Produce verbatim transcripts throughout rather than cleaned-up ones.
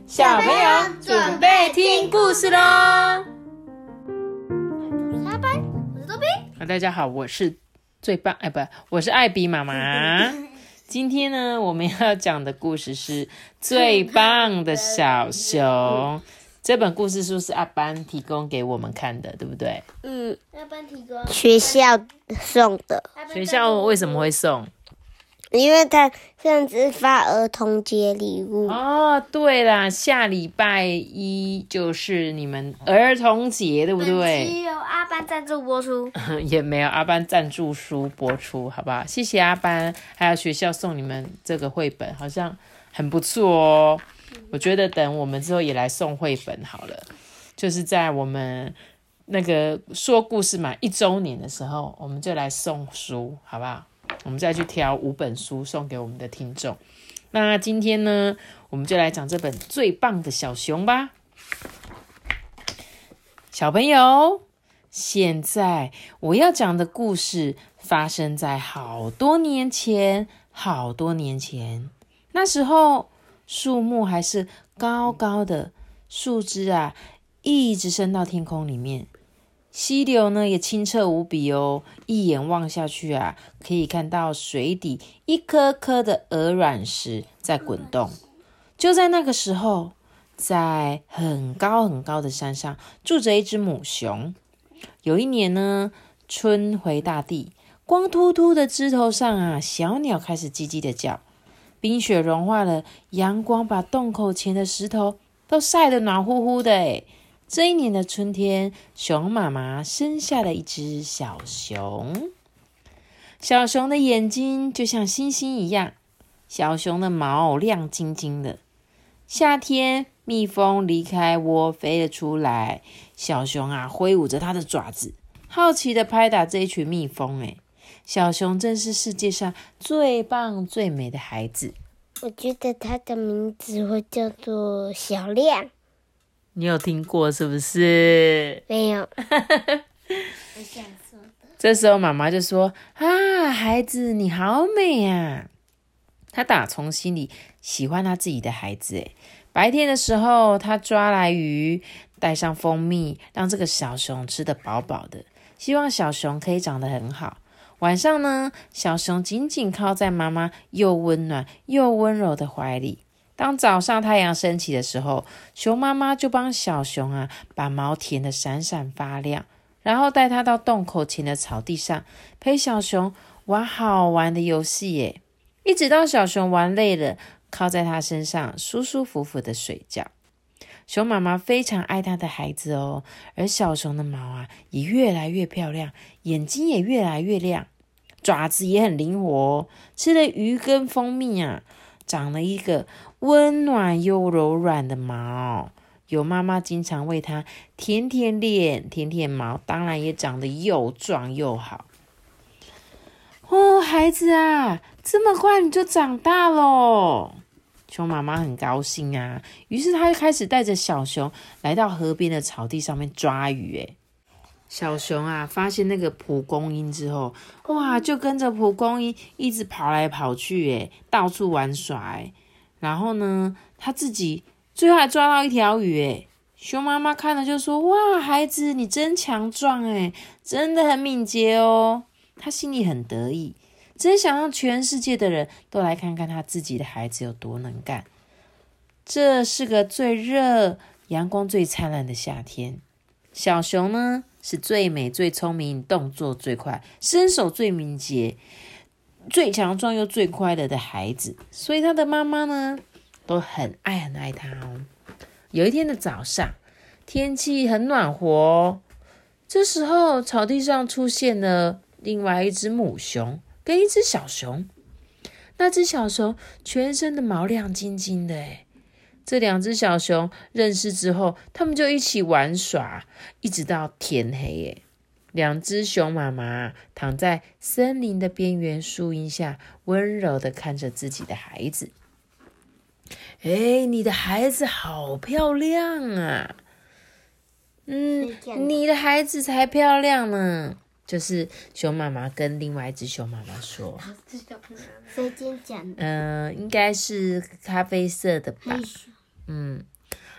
小朋友准备听故事咯。 我是阿班，我是多比。 大家好，我是最棒哎，不，我是艾比妈妈。今天呢，我们要讲的故事是最棒的小熊。这本故事书是阿班提供给我们看的，对不对？ 嗯，阿班提供学校送的。 学校为什么会送？ 因为他上次发儿童节礼物。 哦，对啦，下礼拜一就是你们儿童节，对不对？ 本期由阿班赞助播出。 也没有阿班赞助书播出，好不好？谢谢阿班，还有学校送你们这个绘本，好像很不错哦。我觉得等我们之后也来送绘本好了，就是在我们那个说故事嘛一周年的时候，我们就来送书，好不好？我们再去挑五本书送给我们的听众。那今天呢，我们就来讲这本最棒的小熊吧。小朋友，现在我要讲的故事发生在好多年前，好多年前。那时候树木还是高高的，树枝啊一直伸到天空里面。溪流呢也清澈无比哦，一眼望下去啊，可以看到水底一颗颗的鹅卵石在滚动。就在那个时候，在很高很高的山上住着一只母熊。有一年呢，春回大地，光秃秃的枝头上啊，小鸟开始叽叽的叫。冰雪融化了，阳光把洞口前的石头都晒得暖乎乎的诶。这一年的春天，熊妈妈生下了一只小熊。小熊的眼睛就像星星一样，小熊的毛亮晶晶的。夏天，蜜蜂离开窝飞了出来，小熊啊挥舞着它的爪子，好奇的拍打这一群蜜蜂。诶，小熊真是世界上最棒最美的孩子。 我觉得它的名字会叫做小亮。 你有听过是不是？ 没有。我想说的。 这时候妈妈就说：啊，孩子你好美啊！她打从心里喜欢她自己的孩子诶。白天的时候，她抓来鱼，带上蜂蜜，让这个小熊吃得饱饱的，希望小熊可以长得很好。晚上呢，小熊紧紧靠在妈妈又温暖又温柔的怀里。当早上太阳升起的时候，熊妈妈就帮小熊啊把毛填得闪闪发亮，然后带它到洞口前的草地上，陪小熊玩好玩的游戏耶。一直到小熊玩累了，靠在它身上舒舒服服的睡觉。熊妈妈非常爱它的孩子哦，而小熊的毛啊也越来越漂亮，眼睛也越来越亮，爪子也很灵活哦，吃了鱼跟蜂蜜啊，长了一个温暖又柔软的毛。有妈妈经常为它舔舔脸舔舔毛，当然也长得又壮又好。哦，孩子啊，这么快你就长大咯。熊妈妈很高兴啊，于是她就开始带着小熊来到河边的草地上面抓鱼诶。小熊啊发现那个蒲公英之后，哇，就跟着蒲公英一直跑来跑去诶，到处玩耍诶。然后呢，他自己最后还抓到一条鱼诶。熊妈妈看了就说：哇，孩子你真强壮诶，真的很敏捷哦。他心里很得意，真想让全世界的人都来看看他自己的孩子有多能干。这是个最热、阳光最灿烂的夏天。小熊呢是最美、最聪明、动作最快、身手最敏捷、最强壮又最快乐的孩子，所以他的妈妈呢都很爱很爱他哦。有一天的早上，天气很暖和哦，这时候草地上出现了另外一只母熊跟一只小熊。那只小熊全身的毛亮晶晶的诶。这两只小熊认识之后，他们就一起玩耍，一直到天黑耶。两只熊妈妈躺在森林的边缘树荫下，温柔地看着自己的孩子。哎，你的孩子好漂亮啊！嗯，你的孩子才漂亮呢。就是熊妈妈跟另外一只熊妈妈说， 谁先讲的？ 嗯、呃，应该是咖啡色的吧。嗯，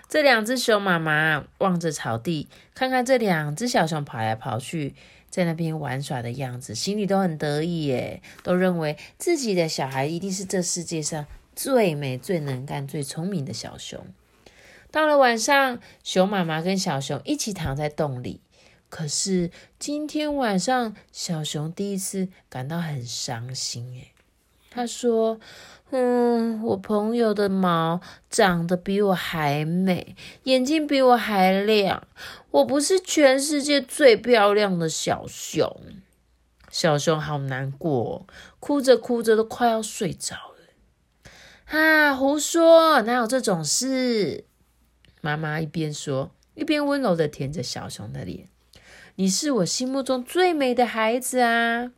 这两只熊妈妈望着草地，看看这两只小熊跑来跑去，在那边玩耍的样子，心里都很得意耶，都认为自己的小孩一定是这世界上最美、最能干、最聪明的小熊。到了晚上，熊妈妈跟小熊一起躺在洞里。可是今天晚上，小熊第一次感到很伤心耶。他说：嗯，我朋友的毛长得比我还美，眼睛比我还亮，我不是全世界最漂亮的小熊。小熊好难过，哭着哭着都快要睡着了。啊，胡说，哪有这种事？妈妈一边说，一边温柔地舔着小熊的脸。你是我心目中最美的孩子啊！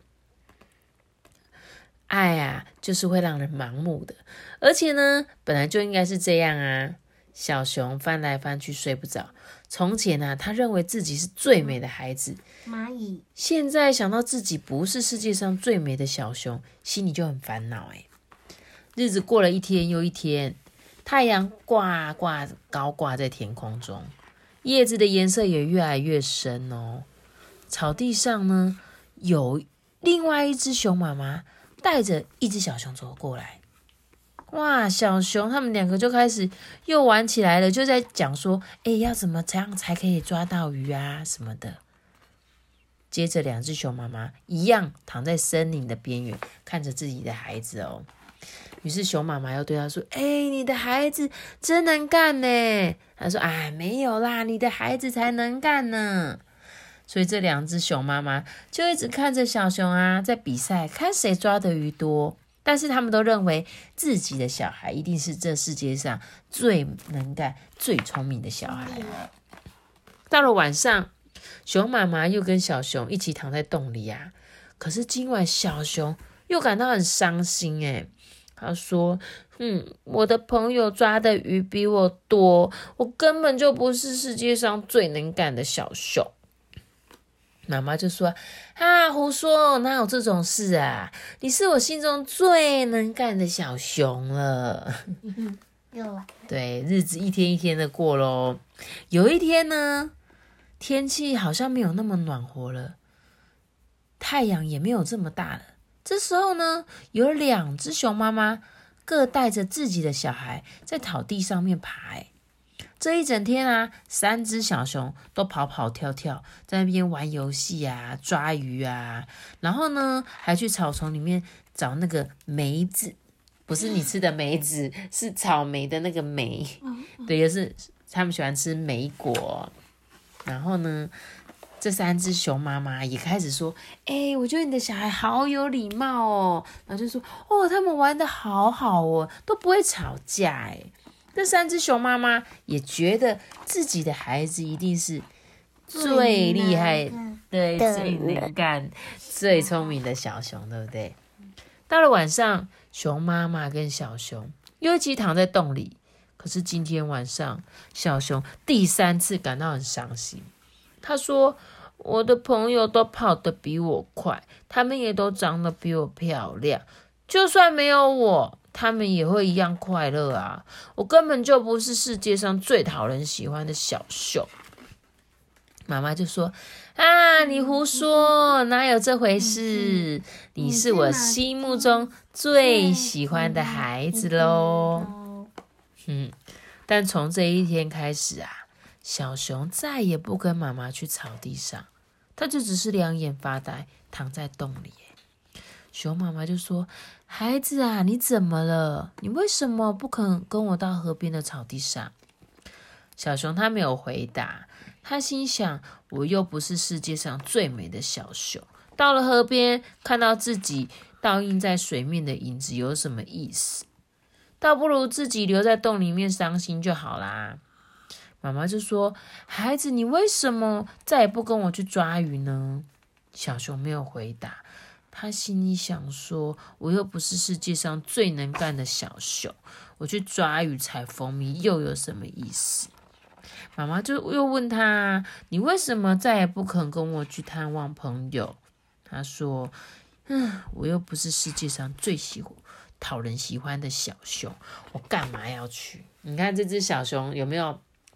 爱啊，就是会让人盲目的，而且呢，本来就应该是这样啊。小熊翻来翻去睡不着。从前啊，他认为自己是最美的孩子， 蚂蚁。 现在想到自己不是世界上最美的小熊，心里就很烦恼哎。日子过了一天又一天，太阳挂挂高挂在天空中，叶子的颜色也越来越深哦。草地上呢，有另外一只熊妈妈带着一只小熊走过来。哇，小熊他们两个就开始又玩起来了，就在讲说，哎，要怎么这样才可以抓到鱼啊什么的。接着两只熊妈妈一样躺在森林的边缘，看着自己的孩子哦。于是熊妈妈又对他说，哎，你的孩子真能干呢。他说，哎，没有啦，你的孩子才能干呢。所以这两只熊妈妈就一直看着小熊啊，在比赛，看谁抓的鱼多。但是他们都认为自己的小孩一定是这世界上最能干、最聪明的小孩。到了晚上，熊妈妈又跟小熊一起躺在洞里啊。可是今晚小熊又感到很伤心诶。他说，嗯，我的朋友抓的鱼比我多，我根本就不是世界上最能干的小熊。妈妈就说，啊，胡说，哪有这种事啊？你是我心中最能干的小熊了。 又来了。 对，日子一天一天的过咯。有一天呢，天气好像没有那么暖和了，太阳也没有这么大了。这时候呢，有两只熊妈妈各带着自己的小孩在草地上面爬。这一整天啊，三只小熊都跑跑跳跳，在那边玩游戏啊，抓鱼啊，然后呢，还去草丛里面找那个梅子，不是你吃的梅子，是草莓的那个莓。对，也是他们喜欢吃莓果。然后呢，这三只熊妈妈也开始说，哎，我觉得你的小孩好有礼貌哦。然后就说，哦，他们玩得好好哦，都不会吵架哎。这三只熊妈妈也觉得自己的孩子一定是最厉害，对，最能干、最聪明的小熊，对不对？到了晚上，熊妈妈跟小熊又一起躺在洞里。可是今天晚上，小熊第三次感到很伤心。他说，我的朋友都跑得比我快，他们也都长得比我漂亮，就算没有我，他们也会一样快乐啊！我根本就不是世界上最讨人喜欢的小熊。妈妈就说，啊，你胡说，哪有这回事？你是我心目中最喜欢的孩子咯。嗯，但从这一天开始啊，小熊再也不跟妈妈去草地上，他就只是两眼发呆，躺在洞里。熊妈妈就说，孩子啊，你怎么了？你为什么不肯跟我到河边的草地上？小熊他没有回答，他心想，我又不是世界上最美的小熊，到了河边看到自己倒映在水面的影子有什么意思？倒不如自己留在洞里面伤心就好啦。妈妈就说，孩子，你为什么再也不跟我去抓鱼呢？小熊没有回答，他心里想说，我又不是世界上最能干的小熊，我去抓鱼采蜂蜜又有什么意思？妈妈就又问他，你为什么再也不肯跟我去探望朋友？他说，嗯，我又不是世界上最喜欢讨人喜欢的小熊，我干嘛要去？你看这只小熊有没有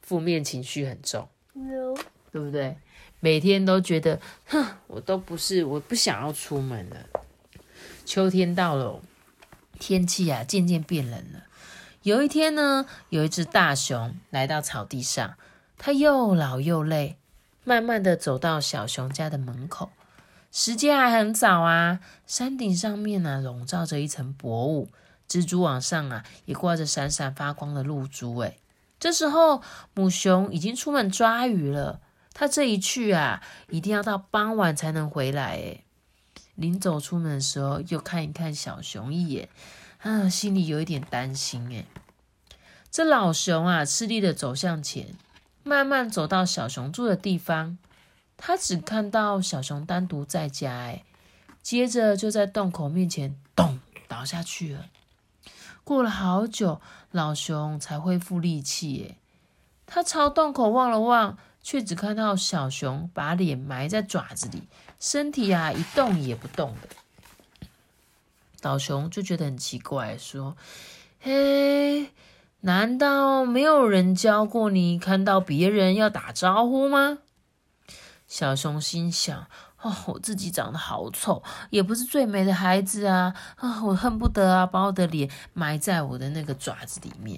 负面情绪很重， 有， 对不对？每天都觉得，哼，我都不是，我不想要出门了。秋天到了，天气啊渐渐变冷了。有一天呢，有一只大熊来到草地上，它又老又累，慢慢的走到小熊家的门口。时间还很早啊，山顶上面啊笼罩着一层薄雾，蜘蛛网上啊也挂着闪闪发光的露珠。哎，这时候母熊已经出门抓鱼了，它这一去啊，一定要到傍晚才能回来。哎，临走出门的时候，又看一看小熊一眼，啊，心里有一点担心。哎，这老熊啊，吃力的走向前，慢慢走到小熊住的地方。他只看到小熊单独在家，哎，接着就在洞口面前咚倒下去了。过了好久，老熊才恢复力气，哎，他朝洞口望了望，却只看到小熊把脸埋在爪子里，身体啊一动也不动的。老熊就觉得很奇怪，说：“嘿，难道没有人教过你看到别人要打招呼吗？”小熊心想：哦，我自己长得好丑，也不是最美的孩子啊！啊，我恨不得啊，把我的脸埋在我的那个爪子里面。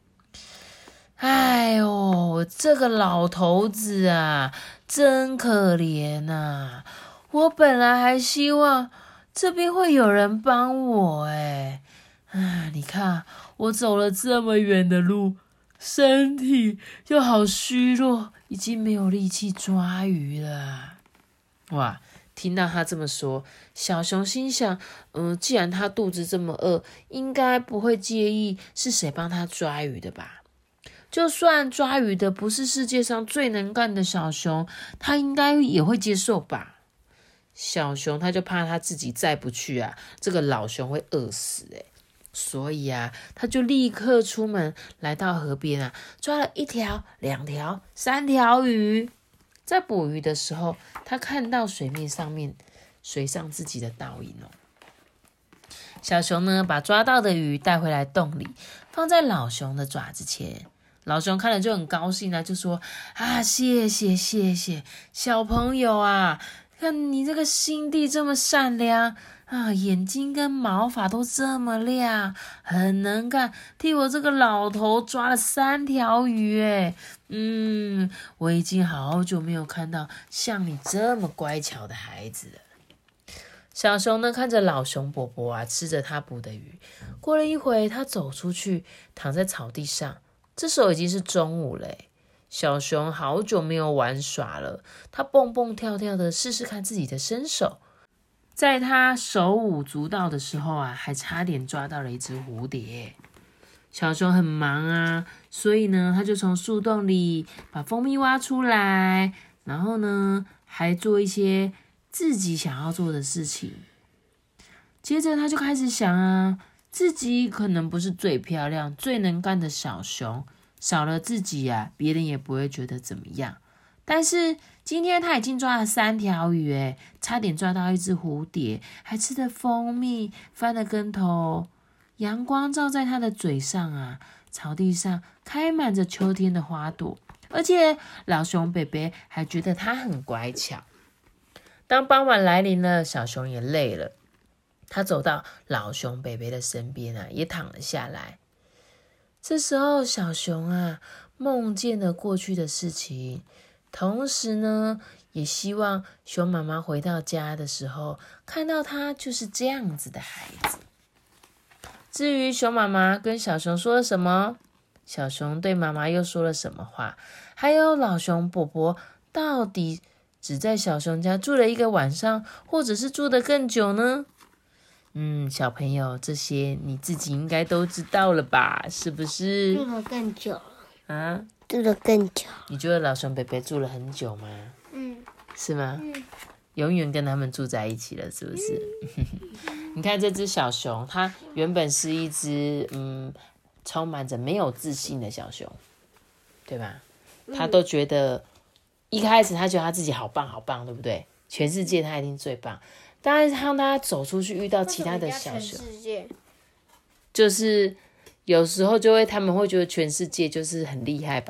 哎呦，这个老头子啊，真可怜啊！我本来还希望这边会有人帮我，哎，啊，你看我走了这么远的路，身体又好虚弱，已经没有力气抓鱼了。哇，听到他这么说，小熊心想，嗯，既然他肚子这么饿，应该不会介意是谁帮他抓鱼的吧？就算抓鱼的不是世界上最能干的小熊，他应该也会接受吧？小熊他就怕他自己再不去啊，这个老熊会饿死欸，所以啊，他就立刻出门来到河边啊，抓了一条、两条、三条鱼。在捕鱼的时候，他看到水面上面水上自己的倒影哦。小熊呢，把抓到的鱼带回来洞里，放在老熊的爪子前。老熊看了就很高兴啊，就说：“啊，谢谢谢谢，小朋友啊，看你这个心地这么善良啊，眼睛跟毛发都这么亮，很能干，替我这个老头抓了三条鱼诶。嗯，我已经好久没有看到像你这么乖巧的孩子了。”小熊呢，看着老熊伯伯啊，吃着他捕的鱼。过了一会，他走出去，躺在草地上。这时候已经是中午了，小熊好久没有玩耍了，他蹦蹦跳跳的试试看自己的身手。在他手舞足蹈的时候啊，还差点抓到了一只蝴蝶。小熊很忙啊，所以呢，他就从树洞里把蜂蜜挖出来，然后呢，还做一些自己想要做的事情。接着他就开始想啊，自己可能不是最漂亮、最能干的小熊，少了自己啊，别人也不会觉得怎么样。但是今天他已经抓了三条鱼，诶，差点抓到一只蝴蝶，还吃了蜂蜜，翻了跟头。阳光照在他的嘴上啊，草地上开满着秋天的花朵，而且老熊伯伯还觉得他很乖巧。当傍晚来临了，小熊也累了，他走到老熊伯伯的身边啊，也躺了下来。这时候小熊啊，梦见了过去的事情，同时呢，也希望熊妈妈回到家的时候，看到他就是这样子的孩子。至于熊妈妈跟小熊说了什么，小熊对妈妈又说了什么话，还有老熊伯伯到底只在小熊家住了一个晚上，或者是住得更久呢？嗯，小朋友，这些你自己应该都知道了吧？是不是？ 住了更久啊？ 住了更久。 你觉得老熊伯伯住了很久吗？ 嗯， 是吗？ 嗯， 永远跟他们住在一起了，是不是？你看这只小熊，它原本是一只嗯，充满着没有自信的小熊，对吧？它都觉得、嗯、一开始它觉得它自己好棒好棒，对不对？全世界它一定最棒。但是当它走出去遇到其他的小熊，就是有时候就会他们会觉得全世界就是很厉害吧？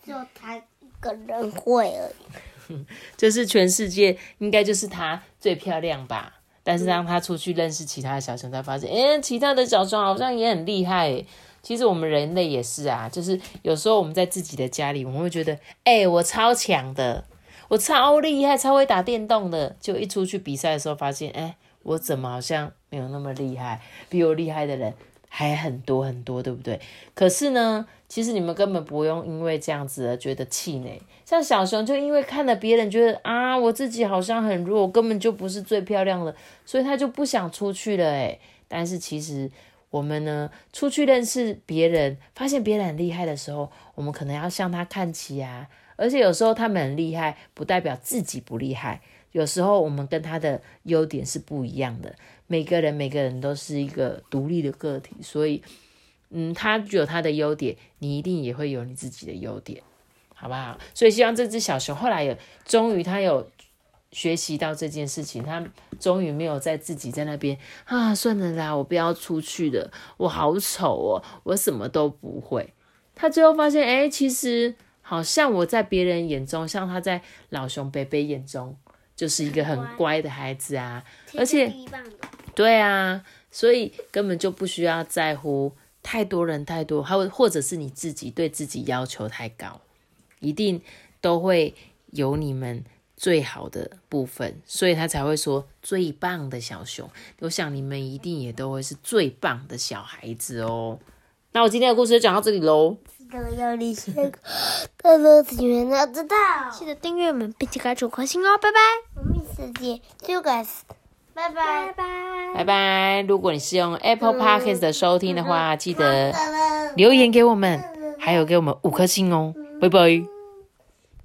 只有他一个人会而已。 就是全世界应该就是他最漂亮吧？但是让他出去认识其他的小熊，才发现，哎，其他的小熊好像也很厉害诶。其实我们人类也是啊，就是有时候我们在自己的家里，我们会觉得，哎，我超强的，我超厉害，超会打电动的。就一出去比赛的时候，发现，哎，我怎么好像没有那么厉害？比我厉害的人还很多很多，对不对？可是呢，其实你们根本不用因为这样子而觉得气馁。像小熊就因为看了别人觉得啊，我自己好像很弱，我根本就不是最漂亮的，所以他就不想出去了诶。但是其实我们呢，出去认识别人，发现别人很厉害的时候，我们可能要向他看齐啊。而且有时候他们很厉害，不代表自己不厉害。有时候我们跟他的优点是不一样的。每个人每个人都是一个独立的个体，所以嗯，他有他的优点，你一定也会有你自己的优点，好不好？所以希望这只小熊后来有终于他有学习到这件事情，他终于没有在自己在那边啊，算了啦，我不要出去了，我好丑哦，我什么都不会。他最后发现，哎，其实好像我在别人眼中，像他在老熊贝贝眼中，就是一个很乖的孩子啊，而且对啊，所以根本就不需要在乎太多人太多，还或者是你自己对自己要求太高，一定都会有你们最好的部分，所以他才会说最棒的小熊。我想你们一定也都会是最棒的小孩子哦。那我今天的故事就讲到这里咯。 要你先更多资源要知道，记得订阅我们并且开出颗星哦，拜拜。我们世界就 guys， 拜拜拜拜拜拜。如果你是用 Apple Podcast 的收听的话，记得留言给我们，还有给我们五颗星哦，拜拜。